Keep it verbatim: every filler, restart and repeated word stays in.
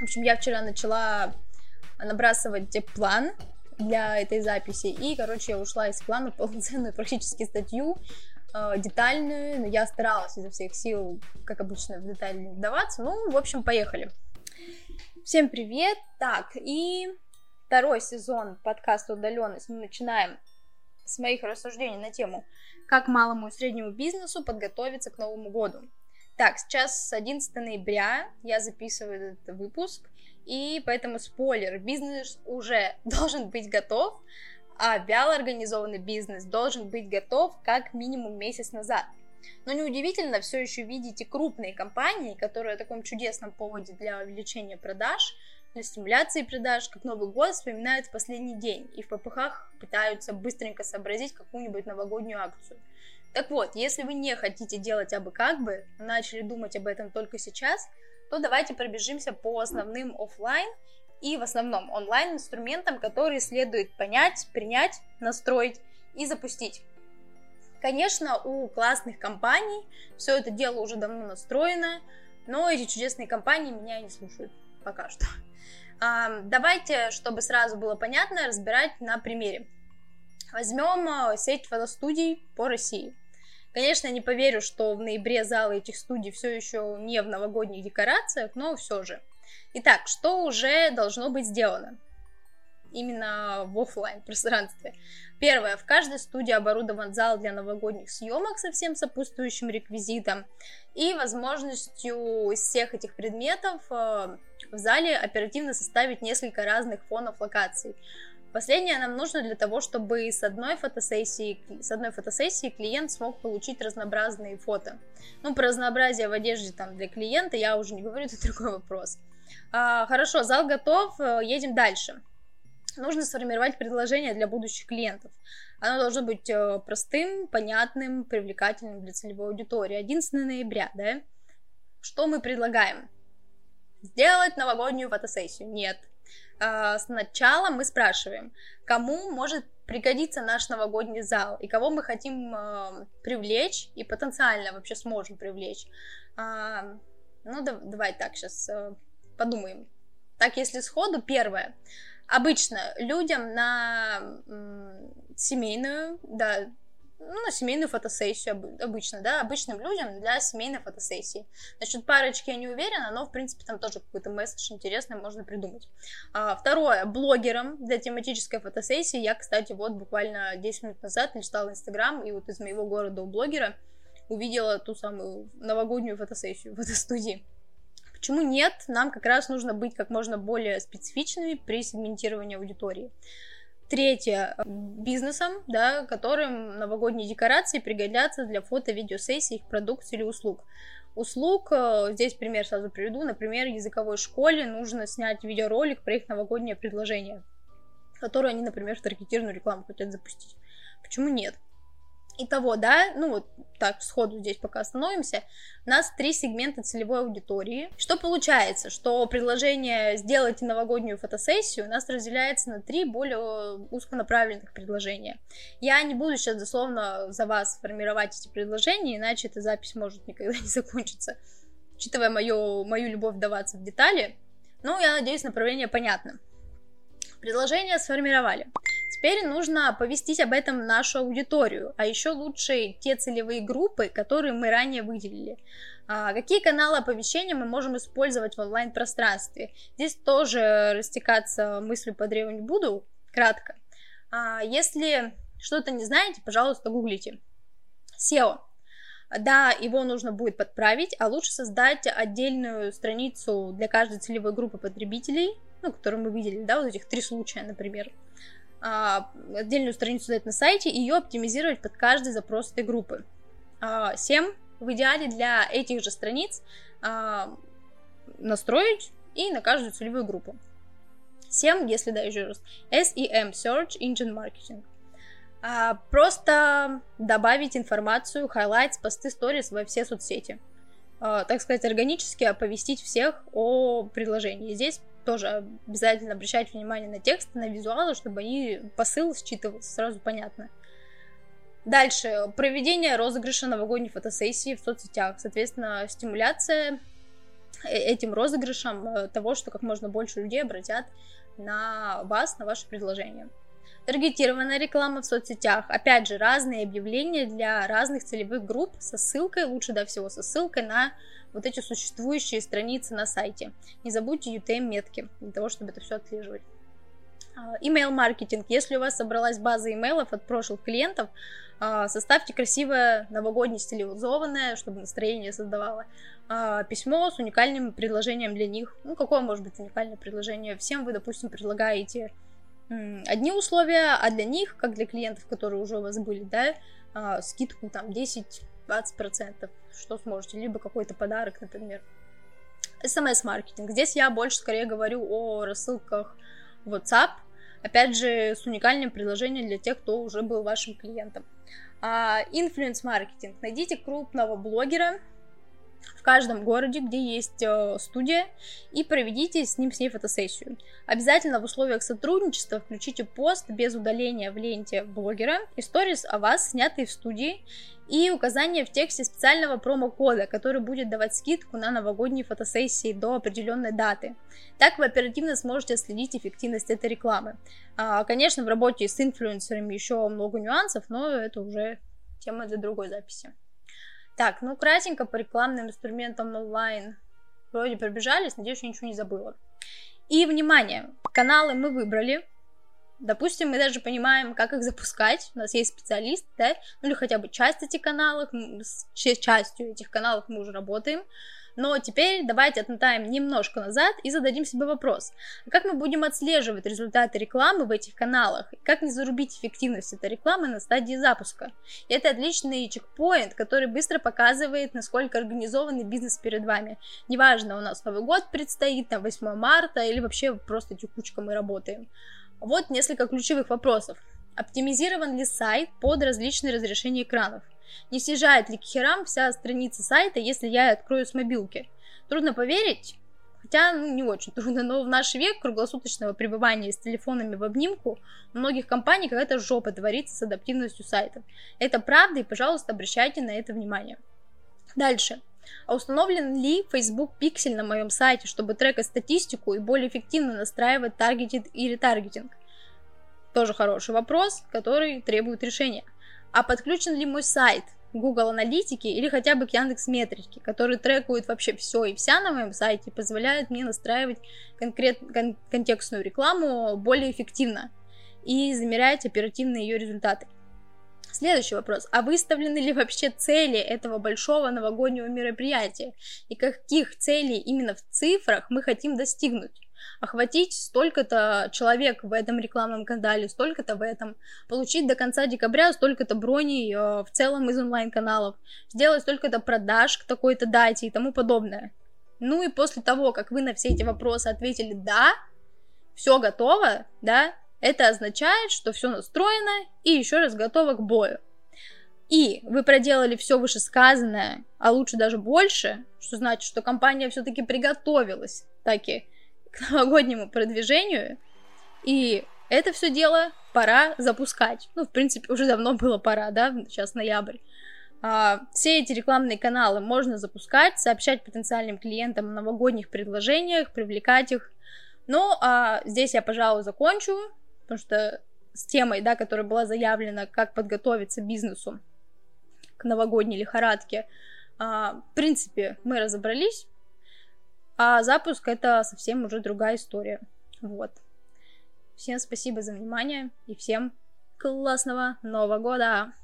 общем, я вчера начала набрасывать план для этой записи, и, короче, я ушла из плана полноценную практически статью, э, детальную, но я старалась изо всех сил, как обычно, в детали не вдаваться. Ну, в общем, поехали. Всем привет! Так, и второй сезон подкаста «Удаленность» мы начинаем с моих рассуждений на тему «Как малому и среднему бизнесу подготовиться к Новому году». Так, сейчас одиннадцатого ноября, я записываю этот выпуск, и поэтому спойлер, бизнес уже должен быть готов, а вяло организованный бизнес должен быть готов как минимум месяц назад. Но неудивительно, все еще видите крупные компании, которые о таком чудесном поводе для увеличения продаж, для стимуляции продаж, как Новый год, вспоминают в последний день и в попыхах пытаются быстренько сообразить какую-нибудь новогоднюю акцию. Так вот, если вы не хотите делать абы как бы, начали думать об этом только сейчас, то давайте пробежимся по основным офлайн и в основном онлайн инструментам, которые следует понять, принять, настроить и запустить. Конечно, у классных компаний все это дело уже давно настроено, но эти чудесные компании меня не слушают пока что. А, давайте, чтобы сразу было понятно, разбирать на примере. Возьмем сеть фотостудий по России. Конечно, я не поверю, что в ноябре залы этих студий все еще не в новогодних декорациях, но все же. Итак, что уже должно быть сделано? Именно в офлайн пространстве. Первое. В каждой студии оборудован зал для новогодних съемок со всем сопутствующим реквизитом и возможностью из всех этих предметов в зале оперативно составить несколько разных фонов локаций. Последнее нам нужно для того, чтобы с одной фотосессии, с одной фотосессии клиент смог получить разнообразные фото. Ну, про разнообразие в одежде там для клиента я уже не говорю, это другой вопрос. А, хорошо, зал готов, едем дальше. Нужно сформировать предложение для будущих клиентов. Оно должно быть простым, понятным, привлекательным для целевой аудитории. одиннадцатого ноября, да? Что мы предлагаем? Сделать новогоднюю фотосессию? Нет. Сначала мы спрашиваем, кому может пригодиться наш новогодний зал и кого мы хотим э, привлечь и потенциально вообще сможем привлечь. А, ну, да, давай так сейчас э, подумаем. Так, если сходу, первое. Обычно людям на м, семейную, да, ну, на семейную фотосессию обычно, да, обычным людям для семейной фотосессии. Насчет парочки я не уверена, но, в принципе, там тоже какой-то месседж интересный можно придумать. А, второе, блогерам для тематической фотосессии. Я, кстати, вот буквально десять минут назад листала Инстаграм, и вот из моего города у блогера увидела ту самую новогоднюю фотосессию в фотостудии. Почему нет? Нам как раз нужно быть как можно более специфичными при сегментировании аудитории. Третье, бизнесом, да, которым новогодние декорации пригодятся для фото-видеосессий их продукции или услуг. Услуг, здесь пример сразу приведу, например, языковой школе нужно снять видеоролик про их новогоднее предложение, которое они, например, в таргетированную рекламу хотят запустить. Почему нет? Итого, да, ну вот так сходу здесь пока остановимся, у нас три сегмента целевой аудитории. Что получается? Что предложение «сделайте новогоднюю фотосессию» у нас разделяется на три более узконаправленных предложения. Я не буду сейчас дословно за вас формировать эти предложения, иначе эта запись может никогда не закончиться, учитывая мою, мою любовь вдаваться в детали. Ну, я надеюсь, направление понятно. Предложение сформировали. Теперь нужно оповестить об этом нашу аудиторию, а еще лучше те целевые группы, которые мы ранее выделили. А какие каналы оповещения мы можем использовать в онлайн-пространстве? Здесь тоже растекаться мыслью по древу не буду, кратко. А если что-то не знаете, пожалуйста, гуглите. сео. Да, его нужно будет подправить, а лучше создать отдельную страницу для каждой целевой группы потребителей, ну, которую мы видели, да, вот этих три случая, например. Отдельную страницу дать на сайте и ее оптимизировать под каждый запрос этой группы. семь в идеале для этих же страниц настроить и на каждую целевую группу. семь, если да, еще раз, эс и эм, Search Engine Marketing. Просто добавить информацию, highlights, посты, сторис во все соцсети. Так сказать, органически оповестить всех о предложении. Здесь тоже обязательно обращать внимание на текст, на визуалы, чтобы они посыл считывался сразу понятно. Дальше. Проведение розыгрыша новогодней фотосессии в соцсетях. Соответственно, стимуляция этим розыгрышем того, что как можно больше людей обратят на вас, на ваше предложение. Таргетированная реклама в соцсетях. Опять же, разные объявления для разных целевых групп со ссылкой, лучше до всего со ссылкой на вот эти существующие страницы на сайте. Не забудьте ю ти эм-метки для того, чтобы это все отслеживать. Email-маркетинг. Если у вас собралась база имейлов от прошлых клиентов, составьте красивое новогоднее стилизованное, чтобы настроение создавало, письмо с уникальным предложением для них. Ну, какое может быть уникальное предложение? Всем вы, допустим, предлагаете одни условия, а для них, как для клиентов, которые уже у вас были, да, скидку там десять-двадцать процентов, что сможете, либо какой-то подарок, например. эс эм эс-маркетинг. Здесь я больше скорее говорю о рассылках в WhatsApp, опять же, с уникальным предложением для тех, кто уже был вашим клиентом. Инфлюенс-маркетинг. Найдите крупного блогера в каждом городе, где есть э, студия, и проведите с ним с ней фотосессию. Обязательно в условиях сотрудничества включите пост без удаления в ленте блогера и сторис о вас, снятые в студии, и указание в тексте специального промокода, который будет давать скидку на новогодние фотосессии до определенной даты. Так вы оперативно сможете следить эффективность этой рекламы. А, конечно, в работе с инфлюенсерами еще много нюансов, но это уже тема для другой записи. Так, ну кратенько по рекламным инструментам онлайн вроде пробежались, надеюсь, я ничего не забыла. И, внимание, каналы мы выбрали. Допустим, мы даже понимаем, как их запускать. У нас есть специалист, да, ну или хотя бы часть этих каналов, с частью этих каналов мы уже работаем. Но теперь давайте отмотаем немножко назад и зададим себе вопрос. А как мы будем отслеживать результаты рекламы в этих каналах? И как не зарубить эффективность этой рекламы на стадии запуска? И это отличный чекпоинт, который быстро показывает, насколько организованный бизнес перед вами. Неважно, у нас Новый год предстоит, там восьмое марта, или вообще просто текучка мы работаем. Вот несколько ключевых вопросов. Оптимизирован ли сайт под различные разрешения экранов? Не съезжает ли к херам вся страница сайта, если я открою с мобилки? Трудно поверить, хотя ну, не очень трудно, но в наш век круглосуточного пребывания с телефонами в обнимку у многих компаний какая-то жопа творится с адаптивностью сайтов. Это правда, и, пожалуйста, обращайте на это внимание. Дальше. А установлен ли Facebook Pixel на моем сайте, чтобы трекать статистику и более эффективно настраивать таргетинг и ретаргетинг? Тоже хороший вопрос, который требует решения. А подключен ли мой сайт к Google Аналитике или хотя бы к Яндекс.Метрике, который трекует вообще все и вся на моем сайте и позволяет мне настраивать конкрет, кон, контекстную рекламу более эффективно и замерять оперативно ее результаты. Следующий вопрос. А выставлены ли вообще цели этого большого новогоднего мероприятия? И каких целей именно в цифрах мы хотим достигнуть? Охватить столько-то человек в этом рекламном канале, столько-то в этом, получить до конца декабря столько-то броней э, в целом из онлайн-каналов, сделать столько-то продаж к такой-то дате и тому подобное. Ну и после того, как вы на все эти вопросы ответили «да», все готово, да, это означает, что все настроено и еще раз готово к бою. И вы проделали все вышесказанное, а лучше даже больше, что значит, что компания все-таки приготовилась таки к новогоднему продвижению, и это все дело пора запускать. Ну, в принципе, уже давно было пора, да, сейчас ноябрь. А, все эти рекламные каналы можно запускать, сообщать потенциальным клиентам о новогодних предложениях, привлекать их. Ну, а здесь я, пожалуй, закончу, потому что с темой, да, которая была заявлена, как подготовиться бизнесу к новогодней лихорадке, а, в принципе, мы разобрались. А запуск — это совсем уже другая история. Вот. Всем спасибо за внимание и всем классного Нового года!